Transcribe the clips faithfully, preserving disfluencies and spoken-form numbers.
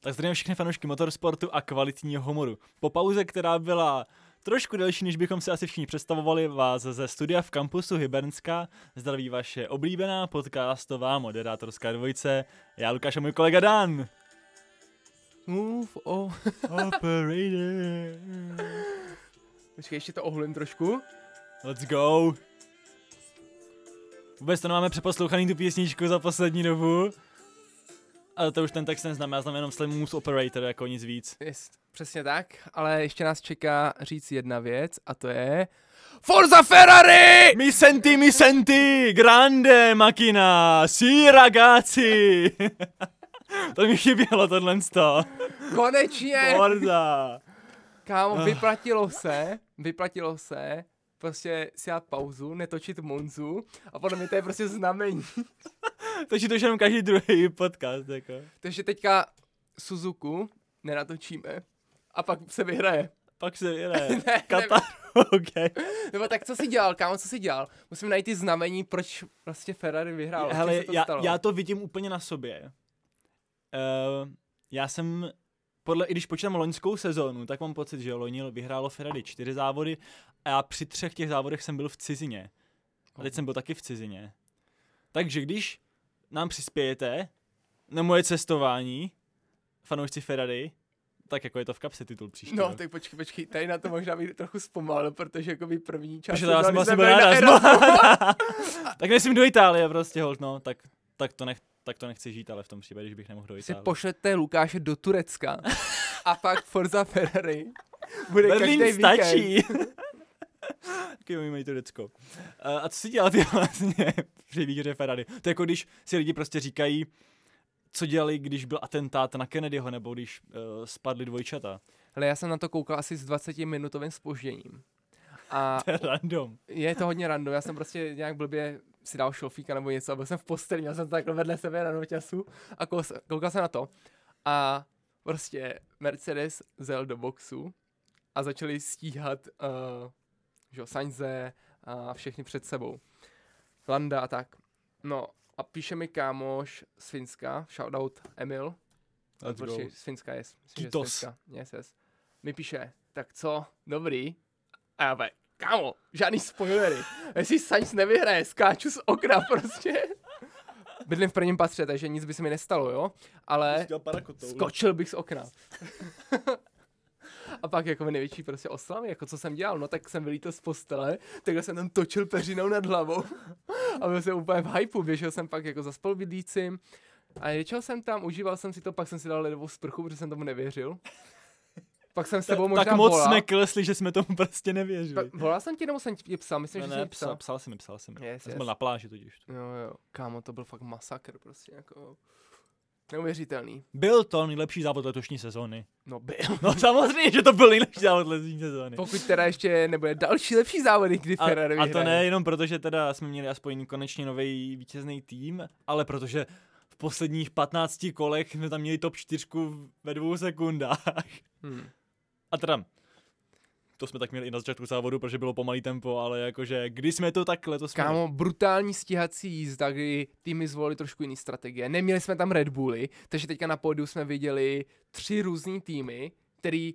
Tak zdravím všechny fanoušky motorsportu a kvalitního humoru. Po pauze, která byla trošku delší, než bychom si asi všichni představovali, vás ze studia v kampusu Hybernska zdraví vaše oblíbená podcastová moderátorská dvojice. Já Lukáš a můj kolega Dan. Move oh. Operator. Počkej, ještě to ohlím trošku. Let's go. Vůbec to nemáme přeposlouchaný tu písničku za poslední dobu. Ale to už ten text neznám, já znám jenom Slim Moose Operator, jako nic víc. Jest, přesně tak, ale ještě nás čeká říct jedna věc a to je... Forza Ferrari! Mi senti, mi senti, grande macchina, si ragazzi. To mi chybělo tohle sto. Konečně! Forza. Kámo, vyplatilo se, vyplatilo se prostě si dát pauzu, netočit Monzu a podle mě to je prostě znamení. Takže to už jenom každý druhý podcast, jako. Takže teďka Suzuku nenatočíme a pak se vyhraje. Pak se vyhraje. ne, Katar, okay. Nebo tak co jsi dělal, kámo, co jsi dělal? Musím najít ty znamení, proč vlastně Ferrari vyhrál. Hele, to já, stalo? já to vidím úplně na sobě. Uh, já jsem, podle, i když počítám loňskou sezónu, tak mám pocit, že loni vyhrálo Ferrari čtyři závody a já při třech těch závodech jsem byl v cizině. A teď jsem byl taky v cizině. Takže když nám přispějete na moje cestování, fanoušci Ferrari, tak jako je to v kapse titul příští. No, tak počkej, počkej, tady na to možná bych trochu zpomalil, protože jako by první část... Protože to já jsem asi byl rád. Tak nesmím do Itálie prostě, hold, no, tak, tak, to nech, tak to nechci žít, ale v tom případě, když bych nemohl do Itálie. Si pošlete Lukáše do Turecka a pak Forza Ferrari bude Berlín každý stačí. víkend. Taky umí mají Turecko. Uh, a co si dělal ty vlastně při výhře Ferrari? To je jako když si lidi prostě říkají, co dělali, když byl atentát na Kennedyho, nebo když uh, spadly dvojčata. Hele, já jsem na to koukal asi s dvacetiminutovým zpožděním. A To je random. je to hodně random, já jsem prostě nějak blbě si dal šlofíka nebo něco, a byl jsem v posteli, měl jsem to takhle vedle sebe na noťasu a koukal jsem na to. A prostě Mercedes zel do boxu a začali stíhat uh, že, Sainze a všechny před sebou. Landa a tak. No a píše mi kámoš z Finska, shoutout Emil. Let's go. Prostě z Finska, yes. Myslím, že z Kitos. Finska. Yes, yes. Mi píše, tak co, dobrý? A já bude, kámo, žádný spoilery. Jestli Sainz nevyhraje, skáču z okna prostě. Bydlím v prvním patře, takže nic by se mi nestalo, jo? Ale skočil bych z okna. A pak jako největší prostě oslavy, jako co jsem dělal, no tak jsem vylítl z postele, takhle jsem tam točil peřinou nad hlavou a byl jsem úplně v hypeu, běžel jsem pak jako za spolubydlícím a ječel jsem tam, užíval jsem si to, pak jsem si dal ledovou sprchu, protože jsem tomu nevěřil. Pak jsem s tebou možná Tak moc volal. jsme klesli, že jsme tomu prostě nevěřili. Pa, volal jsem ti, nebo jsem ti psal? Myslím, Ne, že ne, jsi mi psal. psal, psal jsem mi, psal jsem mi. Yes, Já jsem yes. byl na pláži totiž. Jo, jo, kámo, to byl fakt masakr prostě, jako neuvěřitelný. Byl to nejlepší závod letošní sezóny. No byl. No samozřejmě, že to byl nejlepší závod letošní sezóny. Pokud teda ještě nebude další lepší závody, kdy A, Ferrari a vyhraje. to ne jenom proto, že teda jsme měli aspoň konečně nový vítězný tým, ale protože v posledních patnácti kolech jsme tam měli top čtyřku ve dvou sekundách. Hmm. A teda, to jsme tak měli i na začátku závodu, protože bylo pomalý tempo, ale jakože, když jsme to takhle, to jsme... Kámo, brutální stíhací jízda, kdy týmy zvolili trošku jiný strategie. Neměli jsme tam Red Bully, takže teďka na pódiu jsme viděli tři různý týmy, který...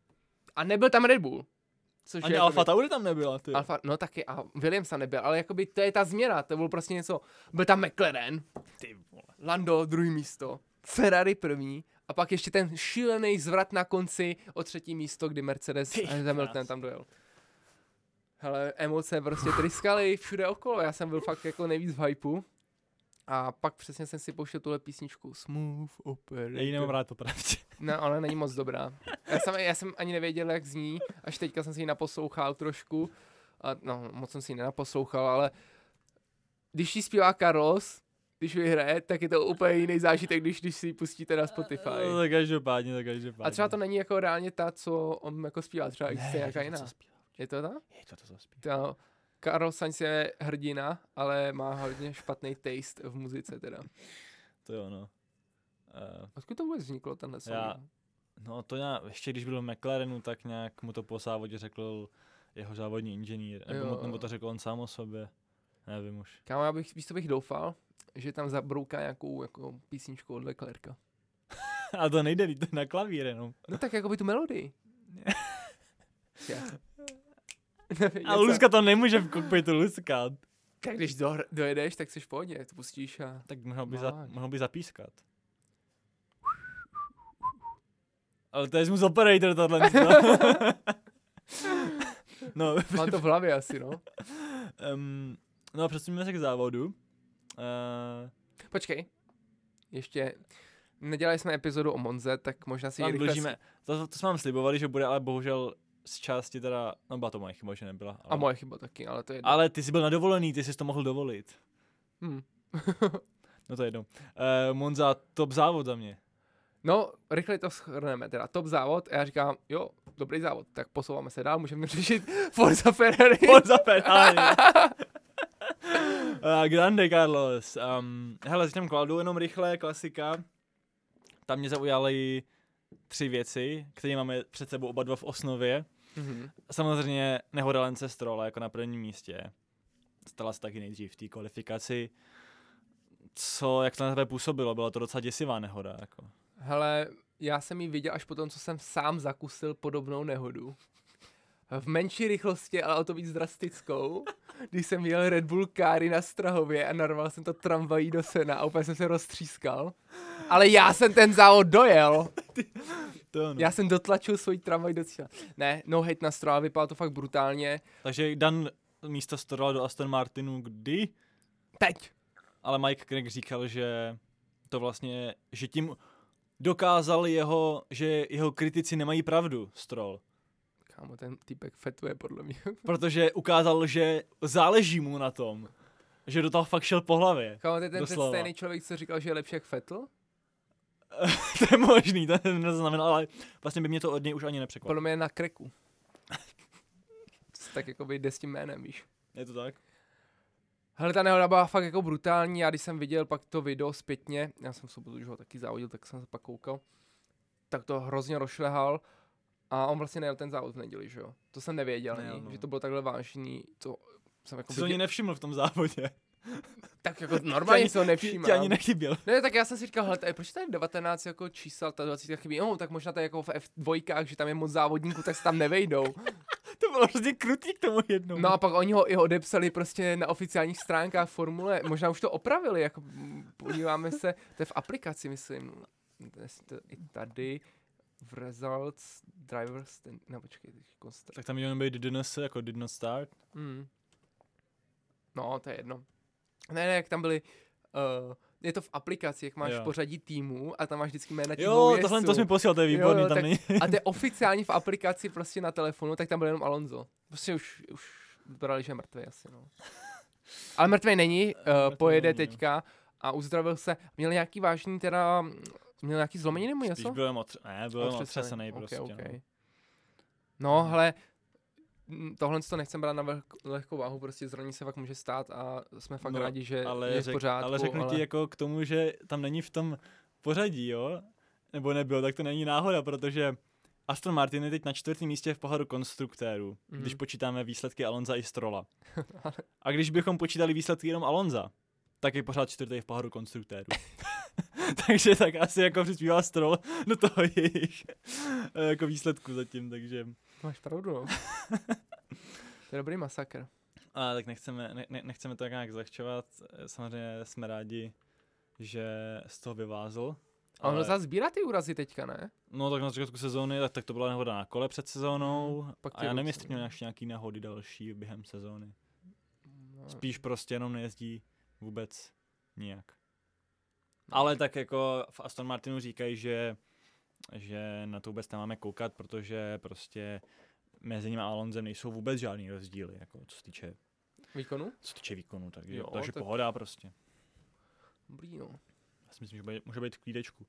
A nebyl tam Red Bull. Což Ani je Alfa jakoby... Tauri tam nebyla, ty. Alfa, no taky, a Williams tam nebyl, ale jakoby to je ta změna, to bylo prostě něco. Byl tam McLaren, Ty vole. Lando druhý místo, Ferrari první, a pak ještě ten šílený zvrat na konci o třetí místo, kdy Mercedes Ty a Hamilton tam dojel. Hele, emoce prostě tryskaly všude okolo, já jsem byl fakt jako nejvíc v hypeu. A pak přesně jsem si pouštěl tuhle písničku Smooth Operator. Já ji nemám rád popravdě. No, ale není moc dobrá. Já jsem, já jsem ani nevěděl, jak zní, až teďka jsem si ji naposlouchal trošku. A, no, moc jsem si ji nenaposlouchal, ale když ji zpívá Carlos, když vyhraje, tak je to úplně jiný zážitek, když, když si ji pustíte na Spotify. No, tak každopádně, tak každopádně. A třeba to není jako reálně ta, co on jako zpívá, třeba existuje nějaká to, jiná. co zpívá. Je to ta? Je to to, co zpívá. Ta Carlos Sainz je hrdina, ale má hodně špatný taste v muzice teda. To jo, no. Uh, Odkud to vůbec vzniklo, tenhle song? Já- no to já, ještě když byl v McLarenu, tak nějak mu to po závodě řekl jeho závodní inženýr. Nebo, Jo. mu- nebo to řekl on sám o sobě. Nevím už. Kámo, já bych, víš, co bych doufal, že tam zabrouká nějakou jako písničku od Leclerca. A to nejde, to je na klavír jenom. No tak jako by tu melodii. A luska to nemůže v kokpitu luskat. Tak když do, dojedeš, tak jsi v pohodě, to pustíš a... Tak mohl by, za, mohl by zapískat. Ale to je smooth operator tohle. No. Mám to v hlavě asi, no. Um, no a přesuníme se k závodu. Uh, Počkej. Ještě... Nedělali jsme epizodu o Monze, tak možná si ji rychle... Dlužíme, to, to jsme vám slibovali, že bude, ale bohužel z části teda... No byla to moje chyba, že nebyla. Ale... A moje chyba taky, ale to je... Ale ty jsi byl na dovolený, ty jsi to mohl dovolit. Hmm. No to je jedno. Uh, Monza, top závod za mě. No, rychle to shrneme, teda top závod a já říkám, jo, dobrý závod, tak posouváme se dál, můžeme řešit Forza Ferrari. Forza Ferrari. uh, Grande Carlos. Um, hele, začneme Klaudu, jenom rychle, klasika. Tam mě zaujaly tři věci, které máme před sebou oba dva v osnově. Mm-hmm. Samozřejmě nehoda Lance Strolla jako na prvním místě. Stala se taky nejdřív v té kvalifikaci. Co, jak to na tebe působilo? Byla to docela děsivá nehoda. Jako. Hele, já jsem ji viděl až po tom, co jsem sám zakusil podobnou nehodu. V menší rychlosti, ale o to víc drastickou. Když jsem jel Red Bull Káry na Strahově a narval jsem to tramvají do sena a úplně jsem se roztřískal. Ale já jsem ten závod dojel. To no. Já jsem dotlačil svůj tramvaj do cíle. Ne, no hate na Strolla, vypadalo to fakt brutálně. Takže Dan místo Strolla do Aston Martinu kdy? Teď. Ale Mike Craig říkal, že to vlastně, že tím dokázal jeho, že jeho kritici nemají pravdu, Stroll. Kámo, ten týpek fetuje podle mě. Protože ukázal, že záleží mu na tom, že do toho fakt šel po hlavě. Kámo, to je ten, ten stejný člověk, co říkal, že je lepší jak Vettel? To je možný, to neznamená, ale vlastně by mě to od něj už ani nepřekvapilo. Podle mě je na kreku. Tak jako by jde s tím jménem, víš. Je to tak? Hele, ta nehoda byla fakt jako brutální, já když jsem viděl pak to video zpětně, já jsem v sobotu už ho taky závodil, tak jsem se pak koukal, tak to hrozně rozšlehal a on vlastně nejel ten závod v neděli, že jo. To jsem nevěděl, Nejel, ne, no. Že to bylo takhle vážný, to jsem jako Jsi to ani nevšiml v tom závodě. Tak jako normálně se ho nevšímám. Ti ani nechyběl. Ne, tak já jsem si říkal, hele, tady, proč tady devatenáct jako čísel, ta dvacet chybí, no, tak možná to je jako v F dva, že tam je moc závodníků, tak se tam nevejdou. To bylo hrozně krutý k tomu jednou. No a pak oni ho i odepsali prostě na oficiálních stránkách formule, možná už to opravili, jako podíváme se, to je v aplikaci, myslím, to je to i tady, v results, drivers, ten, no počkej, konstat. Tak tam měl být did not, jako did not start. Mm. No, to je jedno. Ne, ne, jak tam byly, uh, je to v aplikaci, jak máš jo. pořadí týmu a tam máš vždycky jména Jo, tohle to jsi mi posílal, to je výborný, jo, tam není. A to je oficiálně v aplikaci prostě na telefonu, tak tam byl jenom Alonso. Prostě už, už vypadali, že je mrtvý asi, no. Ale mrtvý není, uh, mrtvý pojede není, teďka a uzdravil se. Měl nějaký vážný teda, měl nějaký zlomeniny nebo něco? Spíš byl otře- ne, byl otřesený prostě. Okay, okay. No, no hele, tohle to nechcem brát na vlh- lehkou váhu, prostě zraní se fakt může stát a jsme fakt no, rádi, že ale je v řek, pořádku. Ale řeknu ale... ti jako k tomu, že tam není v tom pořadí, jo, nebo nebylo, tak to není náhoda, protože Aston Martin je teď na čtvrtém místě v poháru konstruktérů, mm. když počítáme výsledky Alonza i Strolla. A když bychom počítali výsledky jenom Alonza, tak je pořád čtvrtý v poháru konstruktérů. Takže tak asi jako přispívá Stroll do toho jejich jako výsledku zatím, takže... Máš pravdu, no. To je dobrý masakr. A tak nechceme, ne, nechceme to nějak zlehčovat, samozřejmě jsme rádi, že z toho vyvázl. A ono zase sbírá ty úrazy teďka, ne? No tak na začátku sezóny, tak, tak to byla nehoda na kole před sezónou hmm, a já nevím, jestli měl nějaký nehody další během sezóny. No. Spíš prostě jenom nejezdí vůbec nijak. No. Ale tak jako v Aston Martinu říkají, že, že na to vůbec nemáme koukat, protože prostě mezi nimi a Alonzem nejsou vůbec žádný rozdíly, jako co se týče výkonu? Co se týče výkonu, takže, jo, takže tak... pohoda prostě. Dobrý, no. Já si myslím, že může, může být v klídečku.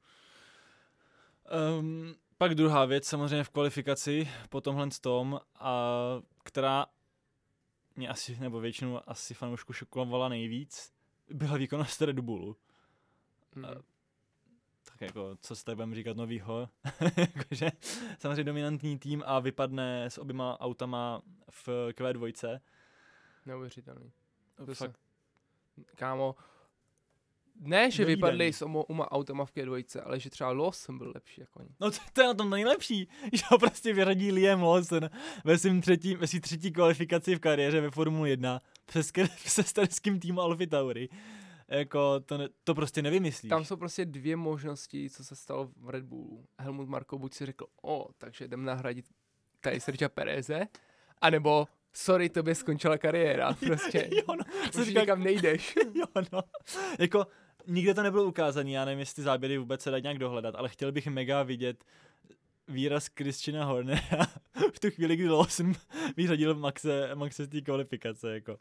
Um, pak druhá věc, samozřejmě v kvalifikaci po tomhle tom, a která mě asi, nebo většinu asi fanoušku šokovala nejvíc, byla výkonnost Red Bullu. Hmm. Uh, tak jako, co se tady budeme říkat novýho, jakože samozřejmě dominantní tým a vypadne s oběma autama v Q dva. Neuvěřitelný. Fakt. Kámo, Ne, že Nevídaný. vypadli s oma automa v Q dva, ale že třeba Lawson byl lepší jako oni. No to, to je na tom nejlepší, že ho prostě vyřadí Liam Lawson ve svým třetí, ve svým třetí kvalifikaci v kariéře ve Formule jedna přes sesterským týmu AlphaTauri. Jako to, ne, to prostě nevymyslíš. Tam jsou prostě dvě možnosti, co se stalo v Red Bullu. Helmut Marko buď si řekl, o, takže jdem nahradit tady Sergia Pereze, anebo sorry, tobě skončila kariéra, prostě. Jo, no, už říká, nikam nejdeš. Jo, no. Jako, nikde to nebylo ukázané, já nevím, jestli záběry vůbec se dají nějak dohledat, ale chtěl bych mega vidět výraz Christiana Hornera v tu chvíli, kdy Lawson vyřadil Maxe, Maxe z té kvalifikace, jako.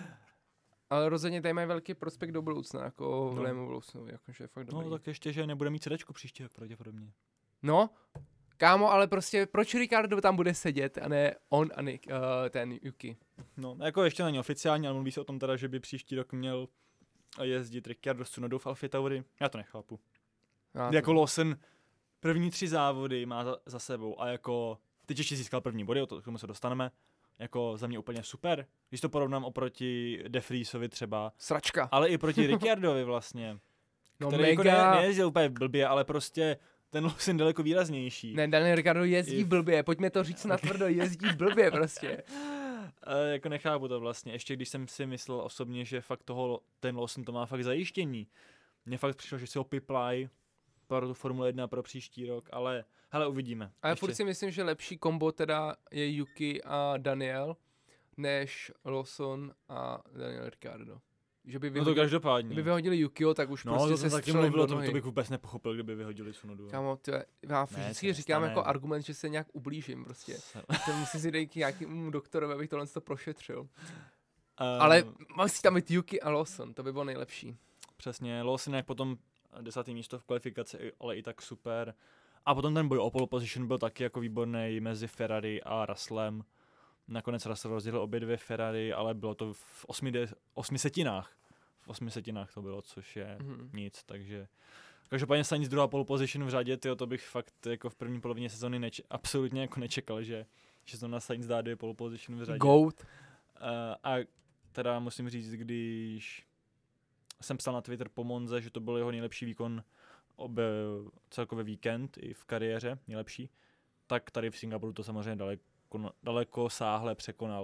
Ale rozhodně tady mají velký prospekt do budoucna, jako No. Liamu Lawsonovi, jakože je fakt dobrý. No tak ještě, že nebude mít CDčko příští rok pravděpodobně. No, kámo, ale prostě proč Ricardo tam bude sedět a ne on a Nick, uh, ten Yuki? No, jako ještě není oficiální, ale mluví se o tom teda, že by příští rok měl jezdit Ricciardo s Tsunodou v AlphaTauri. Já to nechápu. Já Jako to... Lawson první tři závody má za, za sebou a jako teď ještě získal první body, o to, k tomu se dostaneme. Jako za mě úplně super, když to porovnám oproti De Vriesovi třeba, Sračka. ale i proti Ricciardovi vlastně, No který mega. jako ne, nejezdil úplně blbě, ale prostě ten Lawson daleko výraznější. Ne, Daniel Ricciardo jezdí I- blbě, pojďme to říct natvrdo, jezdí blbě prostě. E, jako nechápu to vlastně, ještě když jsem si myslel osobně, že fakt toho, ten Lawson to má fakt zajištění. Mně fakt přišlo, že si ho piplaj pro tu Formule jedna pro příští rok, ale hele, uvidíme. Ale Ještě- furt si myslím, že lepší kombo teda je Yuki a Daniel, než Lawson a Daniel Ricciardo. Že by No to vyhodili, každopádně. kdyby vyhodili Yukio, tak už No, prostě to se jsem taky střelím mluvil, do to, nohy. to bych vůbec nepochopil, kdyby vyhodili Tsunodu. Kámo, to je, já Ne, vždycky to říkám nestane. jako argument, že se nějak ublížím prostě. To musím si dejít k nějakému doktorovi, abych tohle to prošetřil. Um, Ale musí tam být Yuki a Lawson, to by bylo nejlepší. Přesně, Lawson jak potom desátý místo v kvalifikaci, ale i tak super. A potom ten boj o pole position byl taky jako výborný mezi Ferrari a Russellem. Nakonec Russell rozdělil obě dvě Ferrari, ale bylo to v osmi, de, osmi setinách. V osmi setinách to bylo, což je Mhm. nic, takže... Každopádně Sainz druhá pole position v řadě, tyjo, to bych fakt jako v první polovině sezony neč- absolutně jako nečekal, že, že to na Sainz dá dvě pole position v řadě. Goat. Uh, a teda musím říct, když jsem psal na Twitter po Monze, že to byl jeho nejlepší výkon obe, celkově víkend i v kariéře, nejlepší, tak tady v Singapuru to samozřejmě daleko, daleko sáhle překonal.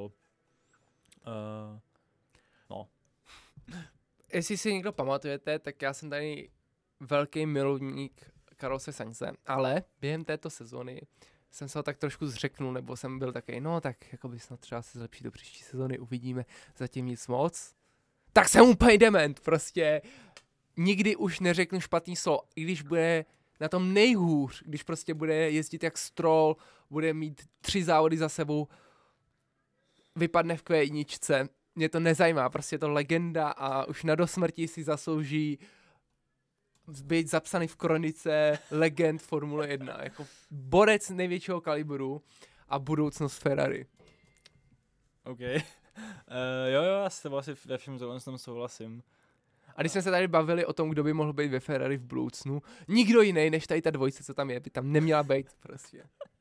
Uh, no. Jestli si někdo pamatujete, tak já jsem tady velký milovník Carlose Sainze, ale během této sezóny jsem se ho tak trošku zřeknul, nebo jsem byl takový, no tak jako by snad třeba se zlepší do příští sezóny, uvidíme, zatím nic moc. Tak jsem úplně dement, prostě nikdy už neřeknu špatný slovo, i když bude na tom nejhůř, když prostě bude jezdit jak Stroll, bude mít tři závody za sebou, vypadne v Q jedna, mě to nezajímá, prostě je to legenda a už na dosmrti si zaslouží být zapsaný v kronice legend Formule jedna, jako borec největšího kalibru a budoucnost Ferrari. OK. Uh, jo, jo, já se vlastně ve všem tohle s tom souhlasím. A když jsme se tady bavili o tom, kdo by mohl být ve Ferrari v budoucnu, nikdo jiný než tady ta dvojice, co tam je, by tam neměla být prostě.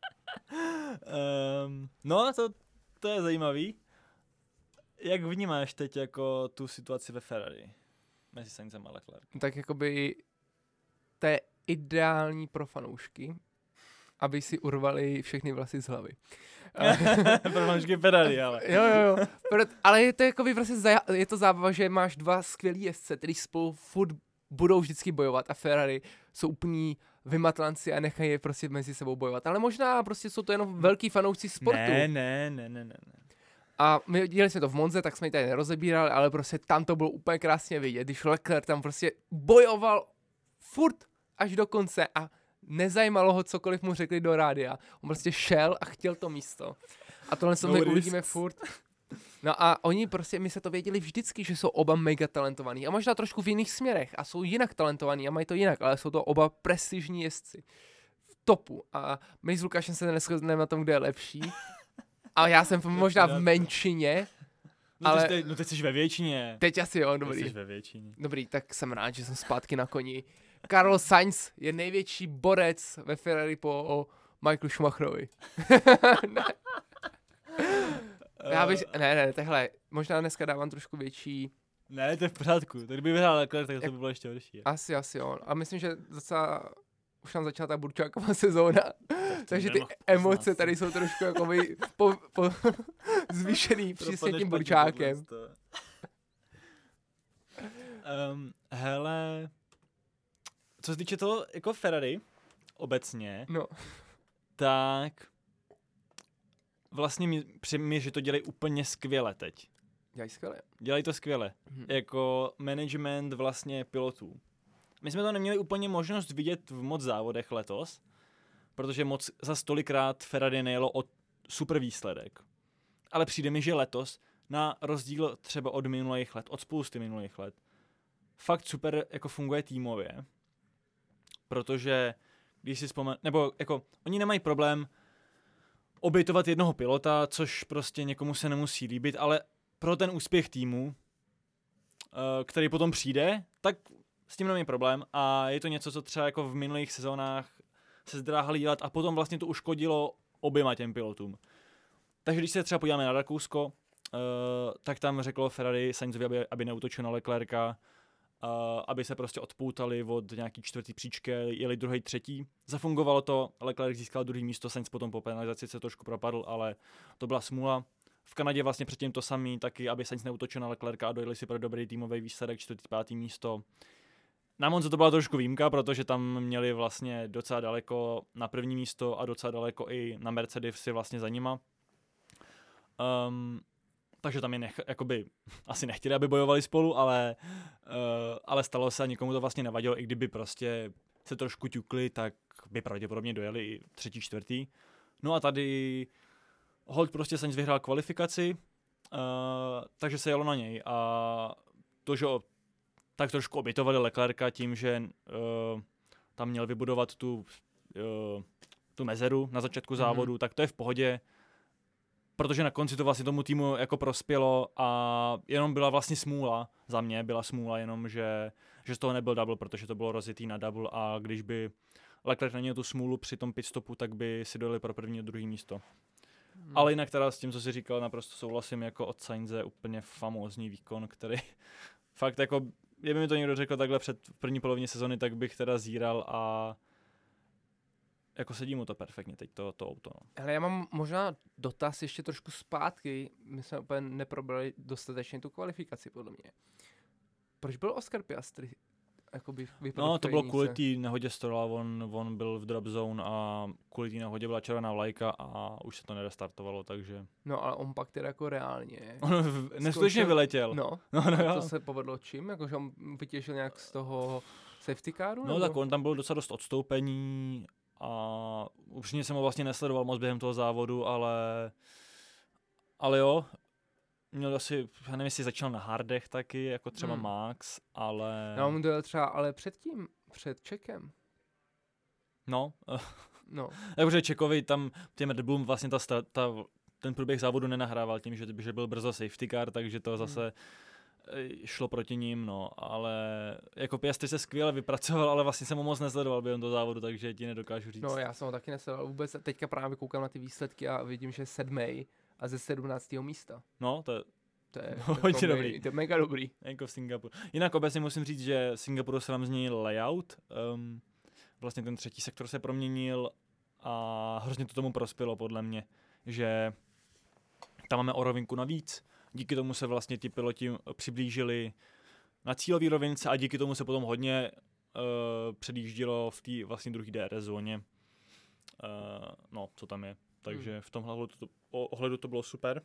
Um, no, to, to je zajímavý. Jak vnímáš teď jako tu situaci ve Ferrari? Mezi Sainzem a Leclerc. Tak jakoby to je ideální pro fanoušky, aby si urvali všechny vlasy z hlavy. Pro fanoušky Ferrari, ale. Jo, jo, jo. Proto, ale je to jakoby prostě zaja- je to zábava, že máš dva skvělý jezdce, který spolu furt budou vždycky bojovat a Ferrari jsou úplní vymatlanci a nechají je prostě mezi sebou bojovat. Ale možná prostě jsou to jenom velký fanoušci sportu. Ne, ne, ne, ne, ne. A my dělali jsme to v Monze, tak jsme ji tady nerozebírali, ale prostě tam to bylo úplně krásně vidět, když Leclerc tam prostě bojoval furt až do konce a nezajímalo ho cokoliv mu řekli do rádia. On prostě šel a chtěl to místo. A tohle se No my risks. uvidíme furt. No a oni prostě, my se to věděli vždycky, že jsou oba mega talentovaní. A možná trošku v jiných směrech. A jsou jinak talentovaní a mají to jinak, ale jsou to oba prestižní jezdci. V topu. A my s Lukášem se neshodneme na tom, kde je lepší. A já jsem možná v menšině. No, ale teď, no teď jsi ve většině. Teď asi jo, Teď dobrý. jsi ve většině. Dobrý, tak jsem rád, že jsem zpátky na koni. Carlos Sainz je největší borec ve Ferrari po o Michaelu Schumacherovi. ne. Já bych, ne, ne, takhle, možná dneska dávám trošku větší Ne, to je v pořádku. Tak kdyby vyhrál Leclerc, tak to Jak- by bylo ještě horší. Asi, asi jo. A myslím, že docela už tam začala ta burčáková sezóna, takže ty nemohl poznat emoce si. tady jsou trošku jakoby po, po, zvýšený přesně tím burčákem. um, hele, co se týče toho jako Ferrari obecně, No, tak vlastně mi přijde, že to dělají úplně skvěle teď. dělají skvěle. Dělají to skvěle. Mhm. Jako management vlastně pilotů. My jsme to neměli úplně možnost vidět v moc závodech letos, protože moc za stolikrát Ferrari nejelo o super výsledek. Ale přijde mi, že letos, na rozdíl třeba od minulých let, od spousty minulých let, fakt super jako funguje týmově, protože když si vzpomen, nebo jako oni nemají problém obětovat jednoho pilota, což prostě někomu se nemusí líbit, ale pro ten úspěch týmu, který potom přijde, tak s tím není problém a je to něco, co třeba jako v minulých sezónách se zdráhali dělat a potom vlastně to uškodilo oběma těm pilotům. Takže když se třeba podíváme na Rakousko, uh, tak tam řeklo Ferrari Sainzovi, aby, aby neútočil na Leclerca, uh, aby se prostě odpoutali od nějaký čtvrtý příčky, jeli druhý, třetí. Zafungovalo to, Leclerc získal druhý místo, Sainz potom po penalizaci se trošku propadl, ale to byla smůla. V Kanadě vlastně předtím to samý, taky, aby Sainz neútočil na Leclerca a dojeli si pro dobrý týmový výsledek, čtvrtý, pátý místo. Na Monze to byla trošku výjimka, protože tam měli vlastně docela daleko na první místo a docela daleko i na Mercedes si vlastně za nima. Um, takže tam je nech, jakoby, asi nechtěli, aby bojovali spolu, ale, uh, ale stalo se a nikomu to vlastně nevadilo, i kdyby prostě se trošku ťukli, tak by pravděpodobně dojeli i třetí, čtvrtý. No a tady hold prostě Sainz vyhrál kvalifikaci, uh, takže se jelo na něj a to, že tak trošku obětovali Leclerca tím, že uh, tam měl vybudovat tu, uh, tu mezeru na začátku závodu, mm-hmm. tak to je v pohodě, protože na konci to vlastně tomu týmu jako prospělo a jenom byla vlastně smůla, za mě byla smůla jenom, že, že z toho nebyl double, protože to bylo rozjetý na double a když by Leclerc neměl tu smůlu při tom pitstopu, tak by si dojeli pro první a druhý místo. Hmm. Ale jinak teda s tím, co jsi říkal, naprosto souhlasím, jako od Sainze úplně famózní výkon, který fakt jako, kdyby mi to někdo řekl takhle před první polovině sezony, tak bych teda zíral a jako sedí mu to perfektně teď to, to auto. No. Hele, já mám možná dotaz ještě trošku zpátky, my jsme úplně neprobrali dostatečně tu kvalifikaci, podle mě. Proč byl Oscar Piastri jakoby vypadl No, v to bylo trojnice? kvůli té nehodě Strolla, on, on byl v drop zone a kvůli té nehodě byla červená vlajka a už se to nerestartovalo, takže... No, ale on pak teda jako reálně... On v- neskutečně vyletěl. No, no, no a jo. to se povedlo čím? Jakože on vytěžil nějak z toho safety caru? No tak on tam byl docela dost odstoupení a upřímně jsem ho vlastně nesledoval moc během toho závodu, ale... Ale jo, měl asi, já nevím, jestli začal na hardech taky, jako třeba Hmm. Max, ale... No, on dojel třeba ale předtím, před Čekem. No, No, takže Čekovi tam těm Red Bullům vlastně ta, sta- ta, ten průběh závodu nenahrával tím, že, že byl brzo safety car, takže to zase eh, šlo proti ním, no, ale jako Piastri se skvěle vypracoval, ale vlastně jsem ho moc nesledoval během toho závodu, takže ti nedokážu říct. no já jsem ho taky nesledoval vůbec. Teďka právě koukám na ty výsledky a vidím, že je sedmý a ze sedmnáctého místa. No, to je To je, Hodně jakoby- dobrý. To je mega dobrý. jako v Singapuru. Jinak obecně musím říct, že Singapuru se nám změnil layout, um, vlastně ten třetí sektor se proměnil a hrozně to tomu prospělo podle mě, že tam máme o rovinku navíc, díky tomu se vlastně ti piloti přiblížili na cílový rovince a díky tomu se potom hodně uh, předjíždělo v té vlastně druhé D R S zóně, uh, no, co tam je. Takže Hmm. v tomhle ohledu to, o- ohledu to bylo super.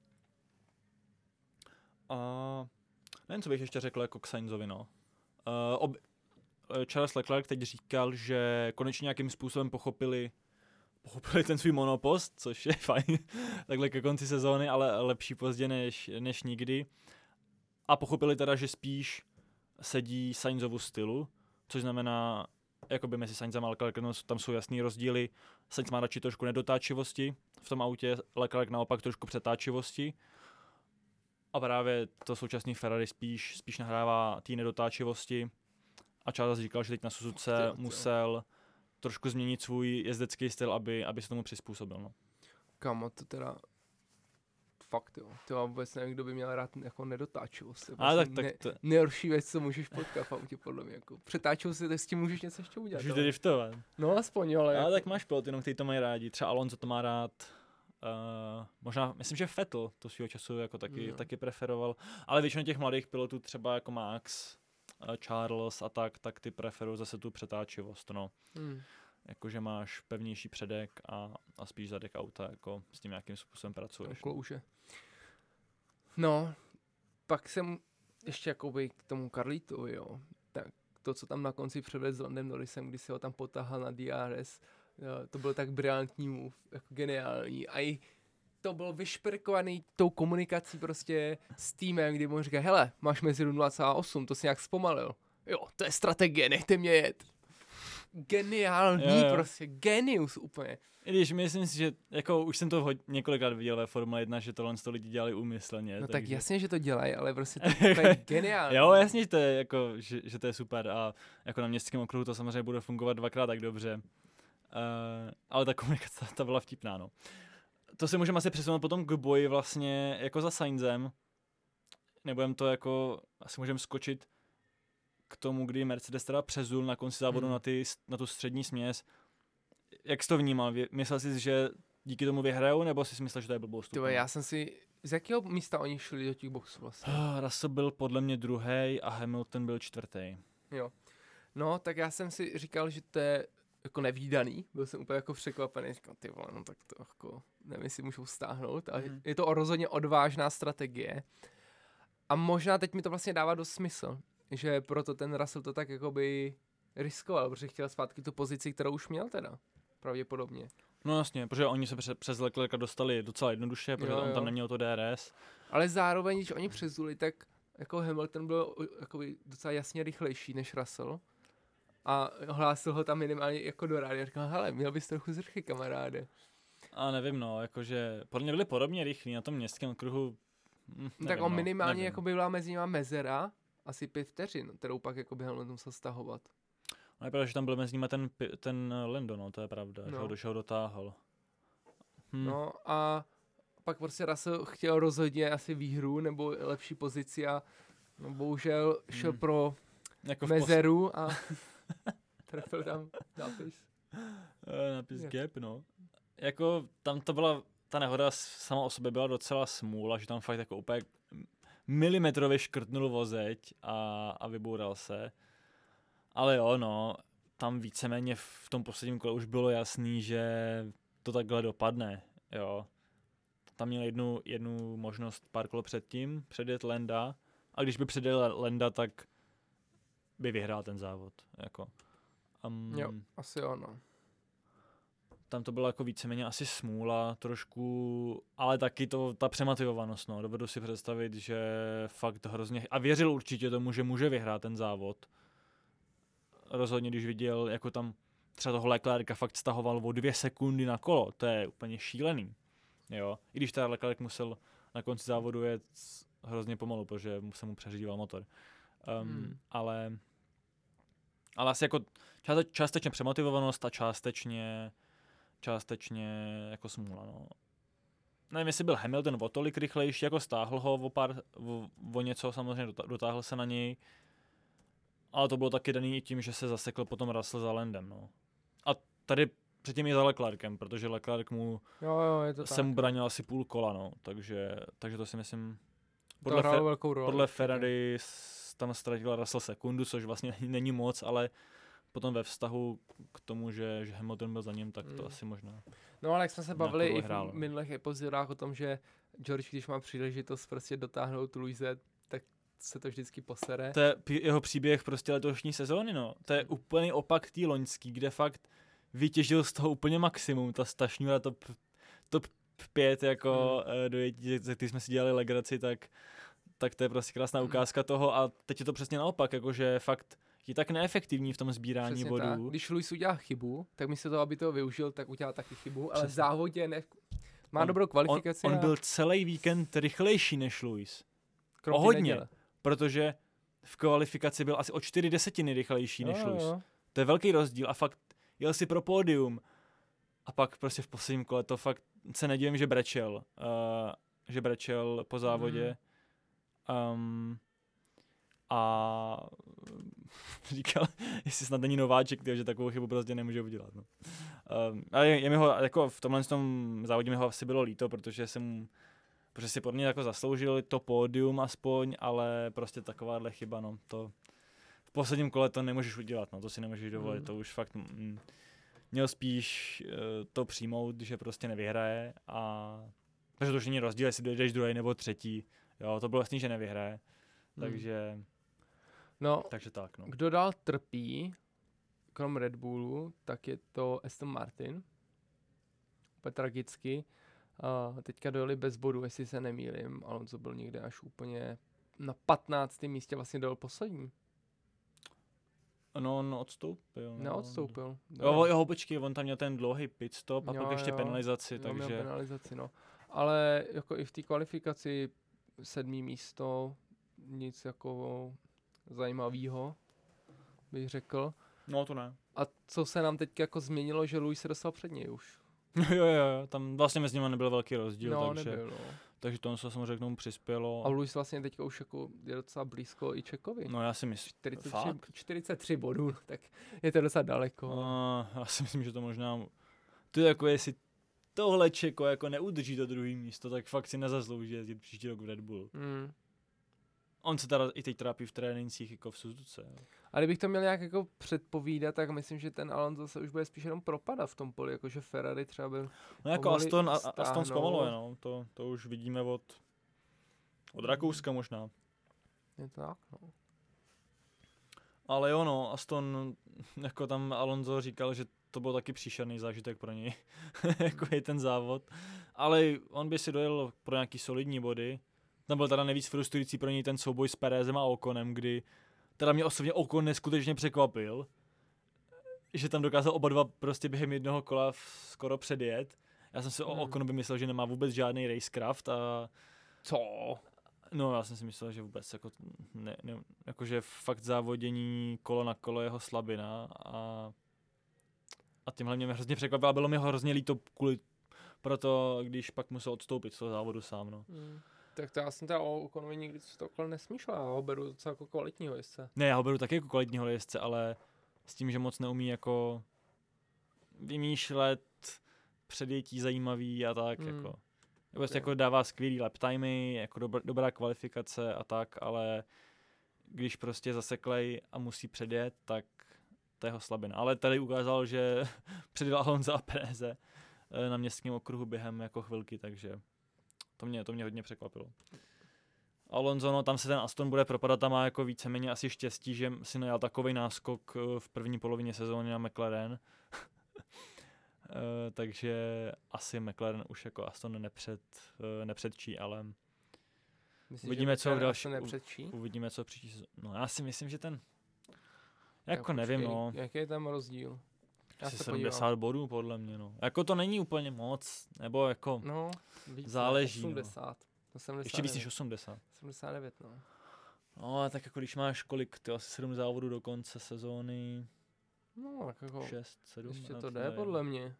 A nevím, co bych ještě řekl jako k Sainzovi, no. Uh, ob, Charles Leclerc teď říkal, že konečně nějakým způsobem pochopili, pochopili ten svůj monopost, což je fajn, takhle ke konci sezóny, ale lepší pozdě než, než nikdy. A pochopili teda, že spíš sedí Sainzovu stylu, což znamená, jakoby mezi Sainzem a Leclercem tam jsou jasný rozdíly. Sainz má radši trošku nedotáčivosti v tom autě, Leclerc naopak trošku přetáčivosti. A právě to současný Ferrari spíš, spíš nahrává té nedotáčivosti. A Charles říkal, že teď na Suzuce Chtěl, chtěl. musel trošku změnit svůj jezdecký styl, aby, aby se tomu přizpůsobil. No. Kamo, to teda fakt jo. To já vůbec nevím, kdo by měl rád jako nedotáčivost. Ale tak, tak ne, to... nejhorší věc, co můžeš potkat v autě, podle mě. Jako. Přetáčivost, tak s tím můžeš něco ještě udělat. Můžeš driftovat. No aspoň, ale... Ale tak máš pilot, jenom kteří to mají rádi. Třeba Alonso to má rád. Uh, možná, myslím, že Vettel to svýho času jako taky, no. taky preferoval. Ale většina těch mladých pilotů, třeba jako Max, uh, Charles a tak, tak ty preferují zase tu přetáčivost, no. Hmm. Jakože máš pevnější předek a, a spíš zadek auta, jako s tím nějakým způsobem pracuješ. Klouže. No, pak jsem ještě jakoby k tomu Carlitovi, jo. Tak to, co tam na konci předvedl s Landem Norrisem, když se ho tam potáhal na D R S, jo, to byl tak brilantní move, jako geniální. A i to bylo vyšperkovaný tou komunikací prostě s týmem, kdy mu říká, hele, máš meziru nula celá osm, to si nějak zpomalil. Jo, to je strategie, nechte mě jet. Geniální, jo, jo. Prostě genius úplně. I když myslím si, že jako už jsem to hod, několikrát viděl ve Formule jedna, že tohle to lidi dělali úmyslně. No takže... tak jasně, že to dělají, ale prostě to je geniální. Jo, jasně, že to je, jako, že, že to je super a jako na městském okruhu to samozřejmě bude fungovat dvakrát tak dobře. Uh, ale ta komunikace, ta byla vtipná, no. To si můžeme asi přesunout potom k boji vlastně jako za Sainzem. Nebudem to jako, asi můžeme skočit k tomu, kdy Mercedes teda přezul na konci závodu hmm. na, ty, na tu střední směs. Jak jsi to vnímal? Myslel jsi, že díky tomu vyhrajou, nebo jsi myslel, že to je blbost? Tyve, já jsem si... Z jakého místa oni šli do těch boxů vlastně? Oh, Russell byl podle mě druhý a Hamilton byl čtvrtý. Jo. No, tak já jsem si říkal, že to je jako nevídaný. Byl jsem úplně jako překvapený. Říkal, ty vole, no tak to jako nevím, jestli můžou stáhnout. A mm. je to rozhodně odvážná strategie. A možná teď mi to vlastně dává dost smysl. Že proto ten Russell to tak jakoby riskoval, protože chtěl zpátky tu pozici, kterou už měl teda. Pravděpodobně. No jasně, protože oni se pře- přes Leclerca dostali docela jednoduše, protože jo, on jo. tam neměl to D R S. Ale zároveň, když oni přezuli, tak jako Hamilton byl jakoby docela jasně rychlejší než Russell. A hlásil ho tam minimálně jako do rádia. Říkal, hele, měl bys trochu zrchy, kamaráde. A nevím, no, jakože podle mě byli podobně rychlí na tom městském okruhu. Hm, nevím, tak on no, minimálně jako byla mezi nimi mezera, asi pět vteřin, kterou pak jako by Hamilton musel stahovat. No je pravda, že tam byl mezi nimi ten, ten Lando, no, to je pravda, no. Že ho došel dotáhl. Hm. No a pak prostě Russell chtěl rozhodně asi výhru nebo lepší pozici a no, bohužel šel hm. pro jako mezeru pos... a trefil tam nápis. nápis gap, no. Jako tam to byla, ta nehoda sama o sobě byla docela smůla, že tam fakt jako úplně milimetrově škrtnul vozeď a, a vyboural se. Ale jo, no, tam víceméně v tom posledním kole už bylo jasný, že to takhle dopadne, jo. Tam měl jednu, jednu možnost pár kol předtím, předjet Landa, a když by předjel Landa, tak by vyhrál ten závod, jako. Um, jo, asi jo, no. Tam to bylo jako víceméně asi smůla trošku, ale taky to, ta přemotivovanost, no. Dovedu si představit, že fakt hrozně, a věřil určitě tomu, že může vyhrát ten závod. Rozhodně, když viděl, jako tam třeba toho Leclerca fakt stahoval o dvě sekundy na kolo, to je úplně šílený, jo. I když teda Leclerc musel na konci závodu jet hrozně pomalu, protože se mu přeřídíval motor. Um, hmm. Ale, ale asi jako částečně přemotivovanost a částečně částečně jako smůla, no. Nevím, jestli byl Hamilton o tolik rychlejší, jako stáhl ho o pár, o, o něco, samozřejmě dotáhl se na něj, ale to bylo taky daný tím, že se zasekl potom Russell za Landem, no. A tady předtím je za Leclercem, protože Leclerc mu jo, jo, je to se mu bránil asi půl kola, no, takže, takže to si myslím, podle, to Fer- velkou roli, podle Ferrari tam ztratil Russell sekundu, což vlastně není moc, ale potom ve vztahu k tomu, že, že Hamilton byl za ním, tak to hmm. asi možná. No ale jak jsme se bavili i v minulých epizodách o tom, že George, když má příležitost prostě dotáhnout Louise, tak se to vždycky posere. To je jeho příběh prostě letošní sezóny, no. To je úplný opak tý loňský, kde fakt vytěžil z toho úplně maximum. Ta stašňura top, top pět, jako hmm. dojetí, ze který jsme si dělali legraci, tak, tak to je prostě krásná ukázka hmm. toho a teď je to přesně naopak, jakože fakt je tak neefektivní v tom sbírání přesně bodů. Tak. Když Lewis udělá chybu, tak místo toho, aby to využil, tak udělá taky chybu, přesně. Ale v závodě ne... má on, dobrou kvalifikaci. On, on a... byl celý víkend rychlejší než Lewis. O hodně, neděle. Protože v kvalifikaci byl asi o čtyři desetiny rychlejší než no, Lewis. Jo. To je velký rozdíl a fakt jel si pro pódium a pak prostě v posledním kole to fakt se nedivím, že brečel. Uh, že brečel po závodě. Um, a říkal, jestli snad není nováček, tyjo, že takovou chybu prostě nemůže udělat. No. Um, ale je, je mi ho, jako v tomhle tom závodě mi ho asi bylo líto, protože jsem protože si pod mě jako zasloužil to pódium aspoň, ale prostě takováhle chyba, no, to v posledním kole to nemůžeš udělat, no, to si nemůžeš dovolit, mm. to už fakt mm, měl spíš uh, to přijmout, že prostě nevyhraje a takže to už není rozdíl, jestli dojdeš druhý nebo třetí, jo, to bylo jasný, že nevyhraje, mm. takže no, takže tak, no. Kdo dál trpí, krom Red Bullu, tak je to Aston Martin, úplně tragicky. Uh, teďka dojeli bez bodu, jestli se nemýlím, Alonso byl někde až úplně na patnáctém místě, vlastně dojel poslední. No, on odstoupil. No. Neodstoupil. Jo, jo, počkej, on tam měl ten dlouhý pit stop a jo, pak ještě jo. penalizaci, jo, takže... Měl penalizaci, no. Ale jako i v té kvalifikaci sedmý místo, nic jako zajímavého, bych řekl. No, to ne. A co se nám teď jako změnilo, že Lewis se dostal před něj už. jo, jo, jo, tam vlastně mezi nimi nebyl velký rozdíl, no, takže, nebyl, no. takže to se samozřejmě k tomu přispělo. A Lewis vlastně teďka už jako je docela blízko i Čekovi. No já si myslím, čtyřicet tři, fakt? čtyřicet tři bodů, tak je to docela daleko. No, já si myslím, že to možná, to je jako jestli tohle Čeko jako neudrží to druhé místo, tak fakt si nezaslouží jezdit příští rok v Red Bull. Mm. On se teda i teď trápí v trénincích jako v Suzuce. A kdybych to měl nějak jako předpovídat, tak myslím, že ten Alonso se už bude spíš jenom propadat v tom poli, jakože Ferrari třeba by... No jako Aston, a, Aston zpomaluje, no, to, to už vidíme od, od Rakouska možná. Je to tak, no. Ale jo, no, Aston, jako tam Alonso říkal, že to byl taky příšerný zážitek pro něj, jako je ten závod. Ale on by si dojel pro nějaký solidní body. Tam byl teda nejvíc frustrující pro něj ten souboj s Pérezem a Oconem, kdy teda mě osobně Ocon neskutečně překvapil, že tam dokázal oba dva prostě během jednoho kola skoro předjet. Já jsem si hmm. o Oconu by myslel, že nemá vůbec žádný racecraft a... Co? No já jsem si myslel, že vůbec jako, ne, ne, jakože fakt závodění kolo na kolo jeho slabina a, a tímhle mě hrozně překvapilo a bylo mi ho hrozně líto kvůli proto, když pak musel odstoupit z toho závodu sám, no. Hmm. Tak to já jsem teda o Oconovi nikdy to okolo nesmýšlel, já ho beru docela jako kvalitního jezdce. Ne, já ho beru taky jako kvalitního jezdce, ale s tím, že moc neumí jako vymýšlet předjetí zajímavý a tak, hmm. jako. Prostě jako dává skvělý lap timey, jako dobrá, dobrá kvalifikace a tak, ale když prostě zaseklej a musí předjet, tak to je jeho slabina. Ale tady ukázal, že předjel Alonso a Pereze na městském okruhu během jako chvilky, takže to mě, to mě hodně překvapilo. Alonso, no tam se ten Aston bude propadat, tam má jako víceméně asi štěstí, že si najal takovej náskok v první polovině sezóny na McLaren. Uh, takže asi McLaren už jako Aston nepřed, uh, nepředčí, ale Myslíš, uvidíme, co v další, uvidíme, co příští. No já si myslím, že ten, jako já nevím, počkej, no. Jaký je tam rozdíl? Asi sedmdesát podívám. Bodů, podle mě, no. Jako to není úplně moc, nebo jako no, víc záleží, osmdesát. No. sedmdesát Ještě víc než osmdesát. sedmdesát devět, no. No, tak jako když máš kolik, ty asi sedm závodů do konce sezóny. No, tak jako šest, sedm. ještě to jde, podle mě.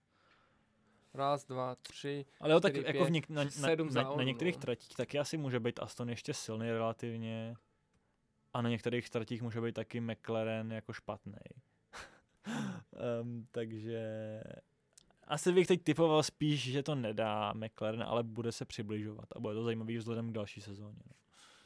Raz, dva, tři, ale jo, tak čtyři, jako pět, v něk- na, sedm na, závodů, na některých no. tratích taky asi může být Aston ještě silný relativně. A na některých tratích může být taky McLaren jako špatný. um, takže asi bych teď typoval spíš, že to nedá McLaren, ale bude se přibližovat a bude to zajímavý vzhledem k další sezóně. No.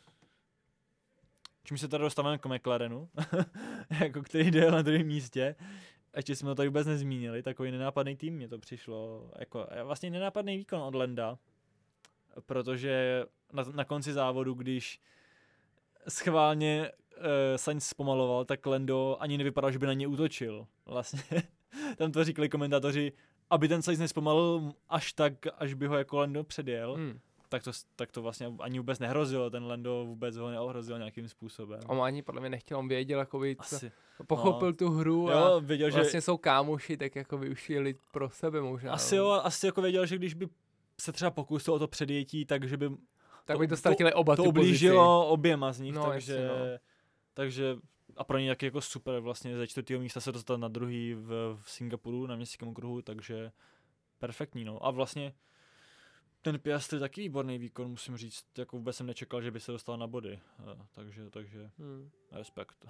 Čím se teda dostáváme k McLarenu, jako který jde na druhém místě. Ještě jsme to tady vůbec nezmínili, takový nenápadný tým mě to přišlo, jako vlastně nenápadný výkon od Landa, protože na, na konci závodu, když schválně uh, Sainz zpomaloval, tak Lando ani nevypadal, že by na ně útočil. Vlastně tam to říkali komentátoři, aby ten Sainz nespomalil až tak, až by ho jako Lando předjel. Hmm. Tak to, tak to vlastně ani vůbec nehrozilo, ten Lando vůbec ho neohrozil nějakým způsobem. On ani podle mě nechtěl, on věděl, jakoby, Asi, pochopil no. tu hru jo, a věděl, vlastně že... jsou kámoši, tak jako využili pro sebe možná. Asi jo, asi jako věděl, že když by se třeba pokusil o to předjetí, takže by tak by to ztratili oba to ty ublížilo pozici. oběma z nich, no, takže, jasně, no. takže a pro ně taky jako super vlastně ze čtvrtého místa se dostat na druhý v, v Singapuru na městském okruhu, takže perfektní, no. A vlastně Ten Piastri taky výborný výkon, musím říct, jako vůbec jsem nečekal, že by se dostal na body, uh, takže, takže Hmm. respekt.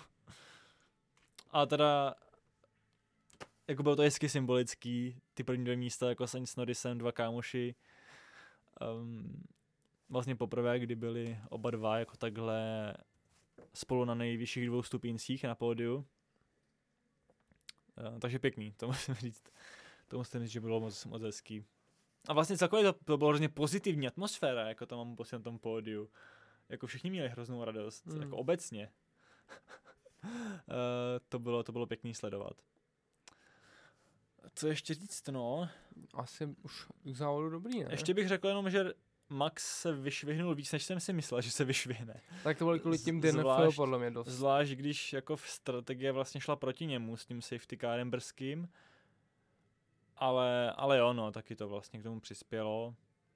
A teda, jako bylo to hezky symbolický, ty první dvě místa, jako Sainz s Norrisem, dva kámoši, um, vlastně poprvé, kdy byli oba dva jako takhle spolu na nejvyšších dvou stupíncích na pódiu. Uh, takže pěkný, to musím říct. To musím říct, že bylo moc, moc hezký. A vlastně celkově to, to bylo hrozně pozitivní atmosféra, jako to mám pocit na tom pódiu. Jako všichni měli hroznou radost, Hmm. jako obecně. uh, to, bylo, to bylo pěkný sledovat. Co ještě říct, no? Asi už k závodu dobrý, ne? Ještě bych řekl jenom, že Max se vyšvihnul víc, než jsem si myslel, že se vyšvihne. Tak to bylo kvůli tím Z- D N F zvlášť- podle mě dost. Zvlášť, když jako v strategie vlastně šla proti němu s tím safety carem brzkým. Ale, ale jo, no, taky to vlastně k tomu přispělo.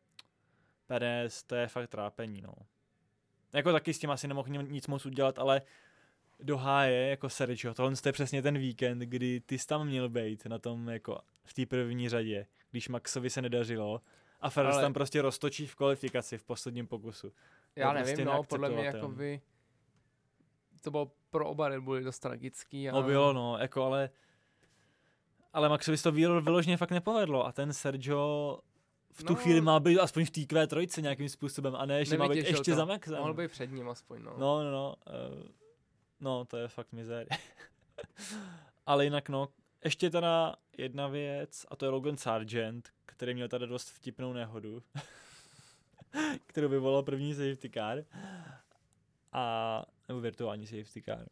Perez, to je fakt trápení, no. Jako taky s tím asi nemohl ni- nic moc udělat, ale do háje, jako Sergio, tohle je přesně ten víkend, kdy ty jsi tam měl být na tom, jako v té první řadě, když Maxovi se nedařilo a Ferrari Ale- tam prostě roztočí v kvalifikaci v posledním pokusu. Já to nevím, prostě no, podle mě neakceptovatelný. jako by to bylo pro oba Red Bulli dost tragický. A... No bylo, no, jako ale ale Maxovi se to vylo- vyloženě fakt nepovedlo a ten Sergio v tu No. chvíli má být aspoň v té Q tři nějakým způsobem a ne, že má být Nevytěšil ještě to. za Maxem. Mohl být před ním aspoň, no. No, no, no. Uh, no, to je fakt mizérie. Ale jinak no, ještě teda jedna věc, a to je Logan Sargent, který měl tady dost vtipnou nehodu, kterou vyvolal první safety car. A, nebo virtuální safety car.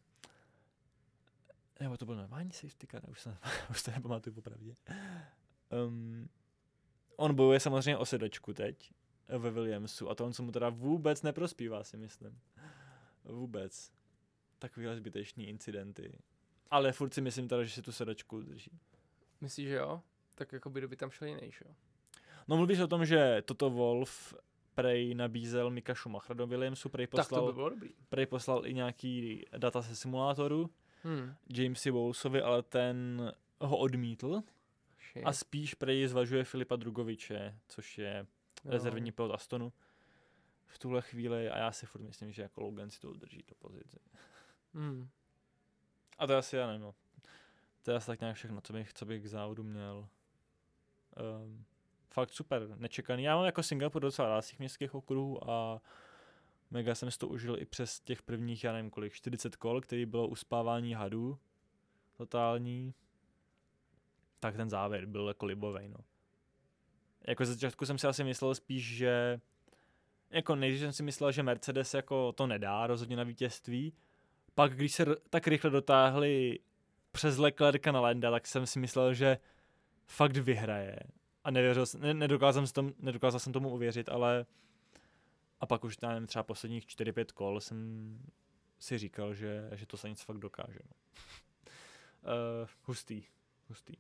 Nebo to byl normální safety car, už se, už se nepamatuju popravdě. Um, on bojuje samozřejmě o sedačku teď ve Williamsu a to on se mu teda vůbec neprospívá, si myslím. Vůbec. Takovýhle zbytečný incidenty. Ale furt si myslím teda, že si tu sedačku drží. Myslíš, že jo? Tak jako by by tam šel jiný, že jo? No mluvíš o tom, že Toto Wolff prej nabízel Mika Schumachera do Williamsu, prej Tak to poslal, by bylo dobrý. prej poslal i nějaký data ze simulátoru Hmm. Jamesi Wowlesovi, ale ten ho odmítl Shit. a spíš prej zvažuje Filipa Drugoviče, což je Jo. rezervní pilot Astonu v tuhle chvíli a já si furt myslím, že jako Logan si to udrží, tu pozici. Hmm. A to je asi, já nevím, no. To je asi tak nějak všechno, co bych, co bych k závodu měl. Um, fakt super, nečekaný. Já mám jako Singapur docela rád z těch městských okruhů a mega jsem si to užil i přes těch prvních, já nevím kolik, čtyřicet kol, který bylo uspávání hadů totální. Tak ten závěr byl jako libovej, no. Jako ze začátku jsem si asi myslel spíš, že jako nejdřív jsem si myslel, že Mercedes jako to nedá rozhodně na vítězství. Pak když se r- tak rychle dotáhli přes Leclerca na Landa, tak jsem si myslel, že fakt vyhraje. A nevěřil, jsem- ne, nedokázal, jsem tom, nedokázal jsem tomu uvěřit, ale a pak už nevím, třeba posledních čtyři pět kol jsem si říkal, že, že to se nic fakt dokáže. No. uh, hustý, hustý.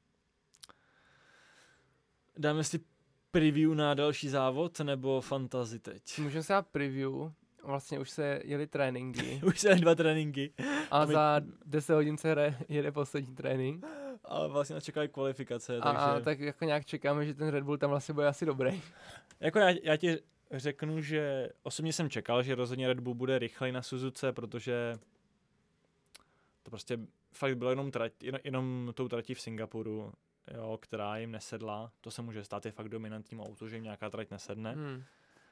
Dáme si preview na další závod, nebo fantasy teď? Můžeme se dát preview. Vlastně už se jeli tréninky. Už se dva tréninky. A my- za deset hodin se hraje, jede poslední trénink. A vlastně nás čekají kvalifikace, A, takže... a tak jako nějak čekáme, že ten Red Bull tam vlastně bude asi dobrý. Jako já, já ti řeknu, že osobně jsem čekal, že rozhodně Red Bull bude rychlej na Suzuce, protože to prostě fakt bylo jenom, trať, jenom, jenom tou tratí v Singapuru, jo, která jim nesedla. To se může stát, je fakt dominantním auto, že jim nějaká trať nesedne. Hmm.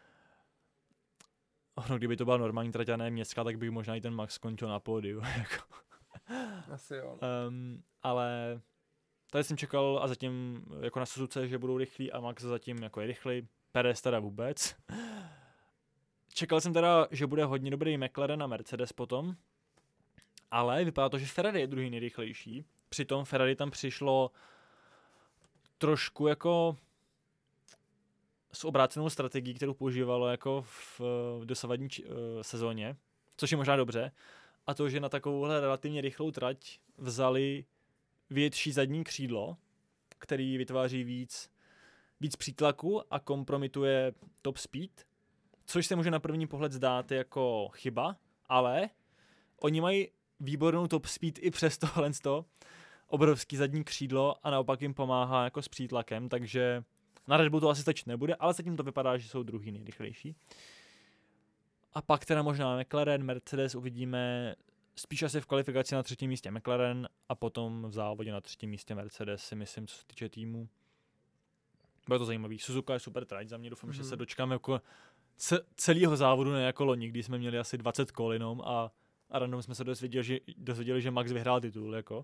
Ono, kdyby to byla normální trať a ne městská, tak by možná i ten Max skončil na pódiu. Jako. Asi jo. Um, ale tady jsem čekal a zatím jako na Suzuce, že budou rychlí a Max zatím jako je rychlý, Perez teda vůbec. Čekal jsem teda, že bude hodně dobrý McLaren a Mercedes potom, ale vypadá to, že Ferrari je druhý nejrychlejší. Přitom Ferrari tam přišlo trošku jako s obrácenou strategií, kterou používalo jako v, v dosavadní či, uh, sezóně, což je možná dobře. A to, že na takovouhle relativně rychlou trať vzali větší zadní křídlo, který vytváří víc, víc přítlaku a kompromituje top speed, což se může na první pohled zdát jako chyba, ale oni mají výbornou top speed i přes tohle obrovský zadní křídlo a naopak jim pomáhá jako s přítlakem, takže Na Red Bull to asi stačit nebude, ale zatím to vypadá, že jsou druhý nejrychlejší. A pak teda možná McLaren, Mercedes uvidíme spíš asi v kvalifikaci na třetím místě McLaren a potom v závodě na třetím místě Mercedes, si myslím, co se týče týmu. Bude to zajímavý. Suzuka je super trať za mě, doufám, mm-hmm. že se dočkáme jako ce- celého závodu, ne jako loni, kdy jsme měli asi dvacet kol jenom a, a random jsme se dozvěděli že, dozvěděli, že Max vyhrál titul. Jako.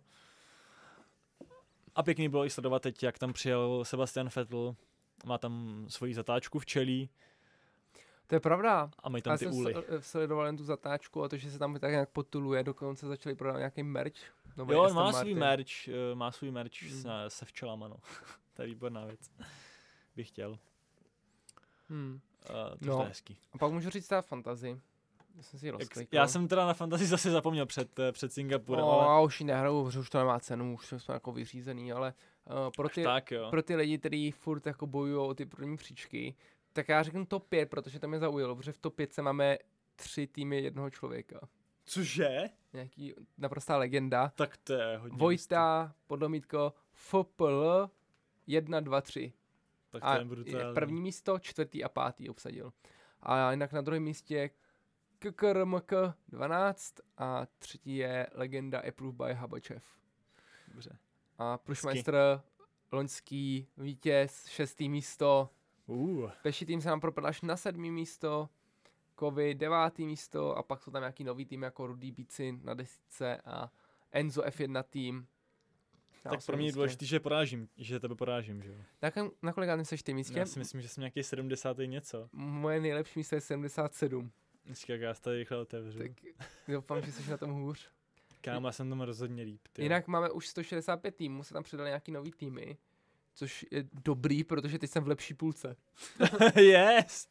A pěkný bylo i sledovat teď, jak tam přijel Sebastian Vettel, má tam svoji zatáčku v čelí. To je pravda. A mají tam ty úly. Já jsem sledoval jen tu zatáčku a to, že se tam tak nějak potuluje, dokonce začali prodávat nějaký merch. Jo, má svůj merch, má svůj merch mm. se, se včelama, no. To je výborná věc. Bych chtěl. Hmm. Uh, to no. je hezký. A pak můžu říct ta fantasy. Já jsem si rozklikl. Já jsem teda na fantasy zase zapomněl před, před Singapurem. No, ale... já už ji nehraju, protože už to nemá cenu, už jsme jako vyřízený, ale uh, pro, ty, tak, pro ty lidi, kteří furt jako bojují o ty první příčky, tak já řeknu top pět, protože to mě zaujalo, protože v top pět máme tři týmy jednoho člověka. Cože? Nějaký naprostá legenda. Tak to je hodně. Vojta, podlomítko, F P L, jedna, dva, tři. Tak to je brutální. První místo, čtvrtý a pátý obsadil. A jinak na druhém místě K K R M K dvanáct a třetí je legenda Approved by Habačev. Dobře. A Prušmeister, loňský vítěz, šestý místo. Uh. Peši tým se nám propadl až na sedmý místo. Kovy devátý místo a pak jsou tam nějaký nový tým jako Rudý Bíci na desítce a Enzo F jedna tým. Tak pro mě je důležitý, že porážím, že tebe porážím, že jo. Tak na kolikátém seš ty místě? Já si myslím, že jsem nějaký sedmdesátý něco. Moje nejlepší místo je sedmdesát sedm. Počkej, jak já se tady rychle otevřu. Tak doufám, že jsi na tom hůř. Kámo, já jsem tomu rozhodně líp. Tyjo. Jinak máme už sto šedesát pět týmů, se tam přidali nějaký nový týmy, což je dobrý, protože teď jsem v lepší půlce. Yes!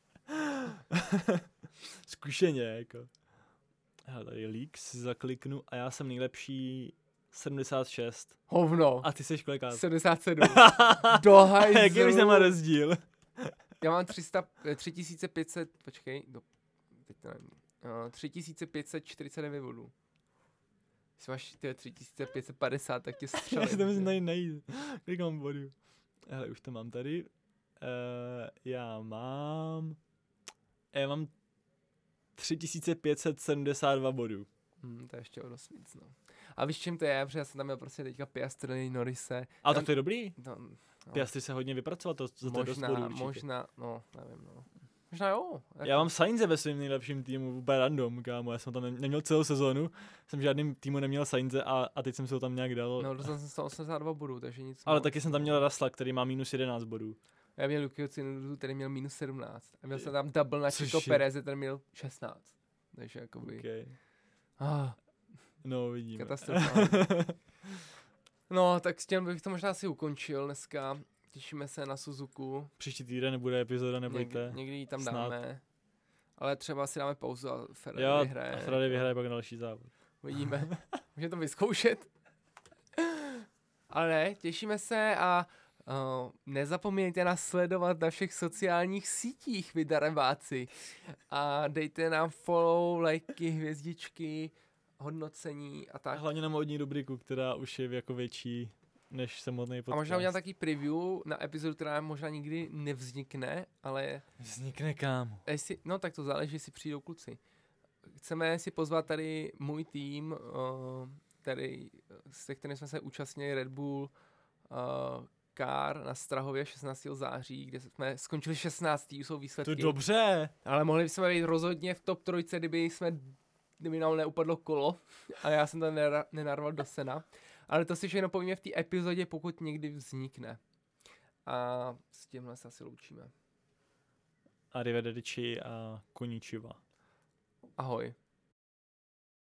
Zkušeně, jako. Hele, tady Leaks si zakliknu a já jsem nejlepší sedmdesát šest. Hovno. A ty seš kolikát? sedmdesát sedm. Do hajzlu. Jaký už má rozdíl? Já mám tři sta, tři tisíce pět set, počkej, do, teď to nevím, uh, tři tisíce pět set čtyřicet devět bodů. Když máš ty tři tisíce pět set padesát, tak tě střelím. Já si to myslím tady najít. Kolik mám bodů? Hele, už to mám tady. Uh, já mám... Já mám tři tisíce pět set sedmdesát dva bodů. Hmm, to je ještě o dost víc, no. A víš, čím to je? Protože já jsem tam měl prostě teďka Piastri, Norrise. Ale tak to je dobrý. No, no. Piastri se hodně vypracoval, to, to možná, dost bodů určitě. Možná, no, nevím, no. Možná jo. Jako. Já mám Sainze ve svém nejlepším týmu, úplně random, kámo. Já jsem tam neměl celou sezónu, jsem v žádným týmu neměl Sainze a, a teď jsem se ho tam nějak dal. No, dostal jsem sto osmdesát dva bodů, takže nic. Ale taky jsem tam měl Russella, který má minus jedenáct bodů. Já měl Lukiho Tsunodu, který měl minus sedmnáct. A měl jsem tam double na Chico Perez, ten měl šestnáct. Takže jakoby... Okay. Ah, no, vidíme. Katastrofální. No, tak s tím bych to možná asi ukončil dneska. Těšíme se na Suzuku. Příští týden nebude epizoda, nebojte. Někdy, někdy ji tam Snad. dáme. Ale třeba si dáme pauzu a Ferrari jo, vyhraje. a Ferrari vyhraje pak další závod. Uvidíme. Můžeme to vyzkoušet. Ale ne, těšíme se a uh, nezapomeňte nás sledovat na všech sociálních sítích, vy darebáci. A dejte nám follow, lajky, hvězdičky, hodnocení a tak. A hlavně na módní rubriku, která už je jako větší než samotný podcast. A možná udělat taky preview na epizodu, která možná nikdy nevznikne, ale... Vznikne, kámo. Jestli, no tak to záleží, jestli přijdou kluci. Chceme si pozvat tady můj tým, uh, tady, se kterým jsme se účastnili Red Bull uh, Car na Strahově šestnáctého září, kde jsme skončili šestnáctý, jsou výsledky. To dobře. Ale mohli jsme být rozhodně v top trojce, kdyby jsme, kdyby nám neupadlo kolo a já jsem to nera, nenarval do sena. Ale to si všechno povíme v té epizodě, pokud někdy vznikne. A s tímhle se asi loučíme. Arrivederci a konnichiwa. Ahoj.